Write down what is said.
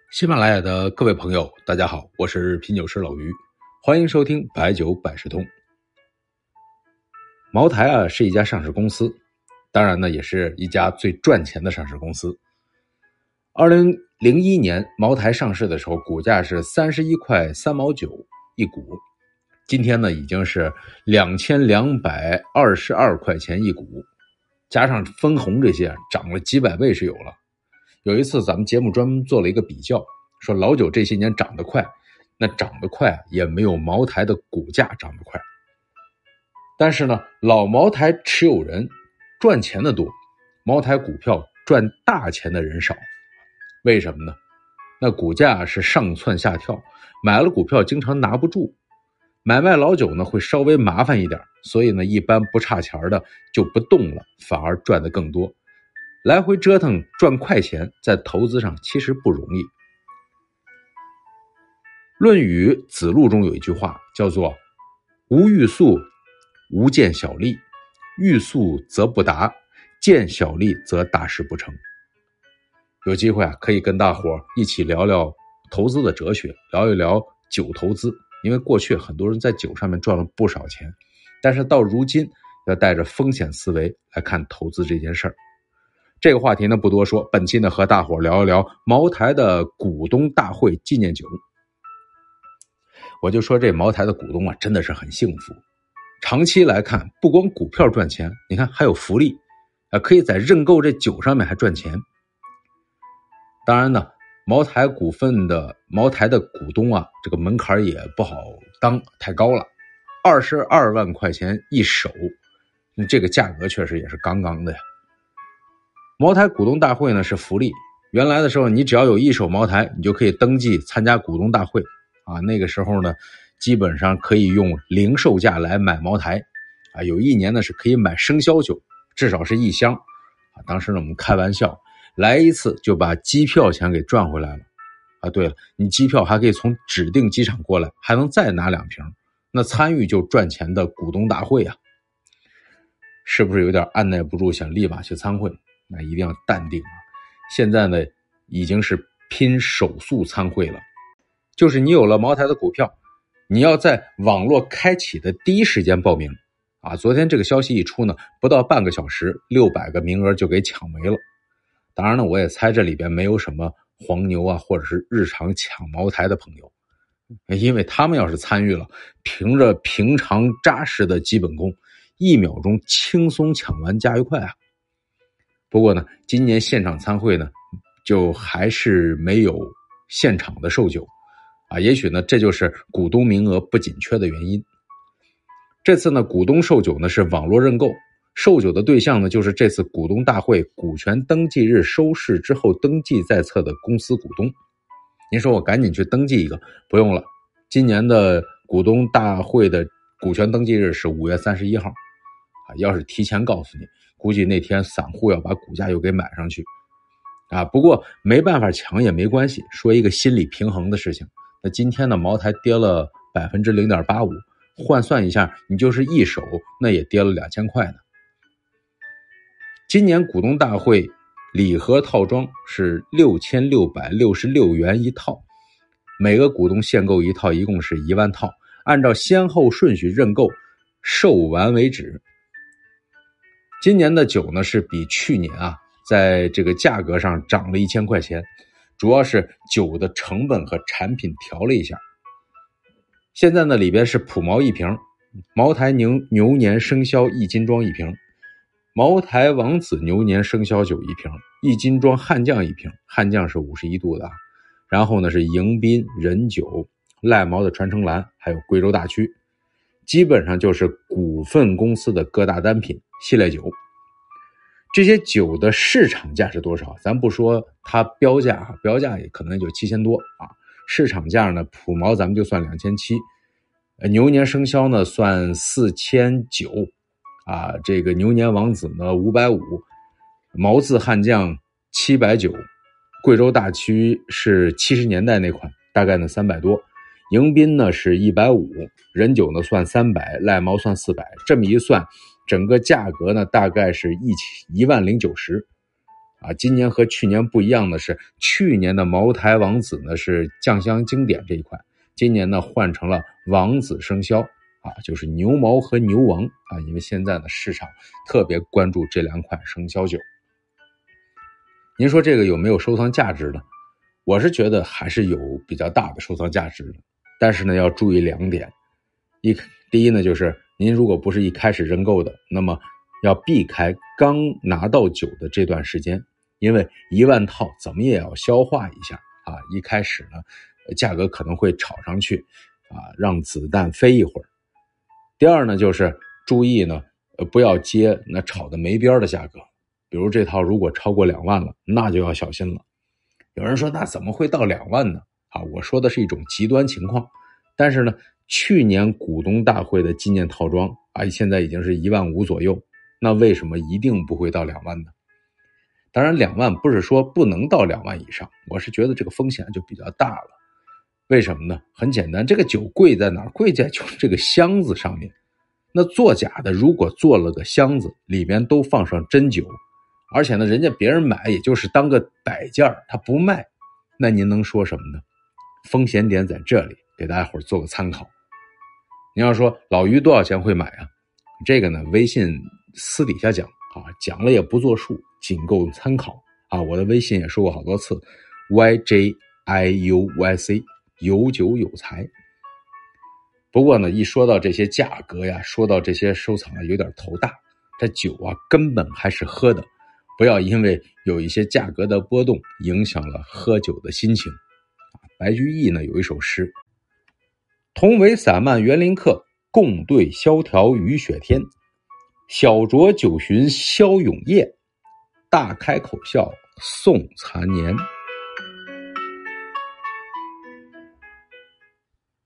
喜马拉雅的各位朋友，大家好，我是品酒师老于，欢迎收听白酒百事通。茅台啊是一家上市公司，当然呢也是一家最赚钱的上市公司。2001年茅台上市的时候，股价是31块3毛9一股，今天呢已经是2222块钱一股，加上分红这些涨了几百倍是有了。有一次咱们节目专门做了一个比较，说老酒这些年涨得快，那涨得快也没有茅台的股价涨得快。但是呢，老茅台持有人赚钱的多，茅台股票赚大钱的人少。为什么呢？那股价是上蹿下跳，买了股票经常拿不住，买卖老酒呢会稍微麻烦一点，所以呢一般不差钱的就不动了，反而赚得更多。来回折腾赚快钱，在投资上其实不容易。论语子路中有一句话叫做无欲速，无见小利，欲速则不达，见小利则大事不成。有机会啊，可以跟大伙一起聊聊投资的哲学，聊一聊酒投资。因为过去很多人在酒上面赚了不少钱，但是到如今要带着风险思维来看投资这件事儿。这个话题呢不多说，本期呢和大伙聊一聊茅台的股东大会纪念酒。我就说这茅台的股东啊真的是很幸福，长期来看不光股票赚钱，你看还有福利可以在认购这酒上面还赚钱。当然呢，茅台的股东啊，这个门槛也不好当，太高了，22万块钱一手，这个价格确实也是杠杠的呀。茅台股东大会呢是福利，原来的时候你只要有一手茅台，你就可以登记参加股东大会啊。那个时候呢，基本上可以用零售价来买茅台啊。有一年呢是可以买生肖酒，至少是1箱啊。当时呢我们开玩笑，来一次就把机票钱给赚回来了啊。对了，你机票还可以从指定机场过来，还能再拿2瓶，那参与就赚钱的股东大会啊，是不是有点按耐不住想立马去参会？那一定要淡定啊！现在呢，已经是拼手速参会了，就是你有了茅台的股票，你要在网络开启的第一时间报名啊！昨天这个消息一出呢，不到半个小时，600个名额就给抢没了。当然呢，我也猜这里边没有什么黄牛啊，或者是日常抢茅台的朋友，因为他们要是参与了，凭着平常扎实的基本功，1秒钟轻松抢完加愉快啊！不过呢，今年现场参会呢，就还是没有现场的售酒啊，也许呢，这就是股东名额不紧缺的原因。这次呢，股东售酒呢是网络认购，售酒的对象呢就是这次股东大会股权登记日收市之后登记在册的公司股东。您说我赶紧去登记一个，不用了，今年的股东大会的股权登记日是5月31号啊，要是提前告诉你，估计那天散户要把股价又给买上去啊。不过没办法抢也没关系，说一个心理平衡的事情。那今天呢，茅台跌了 0.85%， 换算一下，你就是一手，那也跌了2000块呢。今年股东大会礼盒套装是6666元一套，每个股东限购一套，一共是1万套，按照先后顺序认购，售完为止。今年的酒呢是比去年啊，在这个价格上涨了1000块钱，主要是酒的成本和产品调了一下。现在呢里边是普茅1瓶，茅台牛年生肖一斤装1瓶，茅台王子牛年生肖酒1瓶，一斤装悍将1瓶，悍将是51度的啊。然后呢是迎宾、仁酒、赖茅的传承蓝，还有贵州大曲，基本上就是股份公司的各大单品系列酒。这些酒的市场价是多少？咱不说它标价，标价也可能就7000多啊。市场价呢，普茅咱们就算2700，牛年生肖呢算4900啊，这个牛年王子呢550，毛字悍将790，贵州大曲是70年代那款，大概呢300多，迎宾呢是150，仁酒呢算300，赖茅算400，这么一算，整个价格呢大概是1万090 今年和去年不一样的是，去年的茅台王子呢是酱香经典这一款，今年呢换成了王子生肖就是牛毛和牛王因为现在呢市场特别关注这两款生肖酒。您说这个有没有收藏价值呢？我是觉得还是有比较大的收藏价值的，但是呢要注意2点。第一呢就是您如果不是一开始认购的，那么要避开刚拿到酒的这段时间，因为1万套怎么也要消化一下一开始呢价格可能会炒上去让子弹飞一会儿。第二呢就是注意呢不要接那炒的没边的价格，比如这套如果超过2万了，那就要小心了。有人说那怎么会到2万呢？我说的是一种极端情况，但是呢去年股东大会的纪念套装现在已经是1万5左右，那为什么一定不会到2万呢？当然2万不是说不能到2万以上，我是觉得这个风险就比较大了。为什么呢？很简单，这个酒贵在哪儿？贵在就是这个箱子上面。那作假的如果做了个箱子，里面都放上真酒，而且呢人家别人买也就是当个摆件他不卖，那您能说什么呢？风险点在这里，给大家伙做个参考。你要说老于多少钱会买这个呢微信私底下讲讲了也不作数，仅供参考我的微信也说过好多次 YJIUYC 有酒有财。不过呢一说到这些价格呀，说到这些收藏有点头大，这酒根本还是喝的，不要因为有一些价格的波动影响了喝酒的心情。白居易呢有一首诗：同为散漫园林客，共对萧条雨雪天。小酌酒寻消永夜，大开口笑送残年。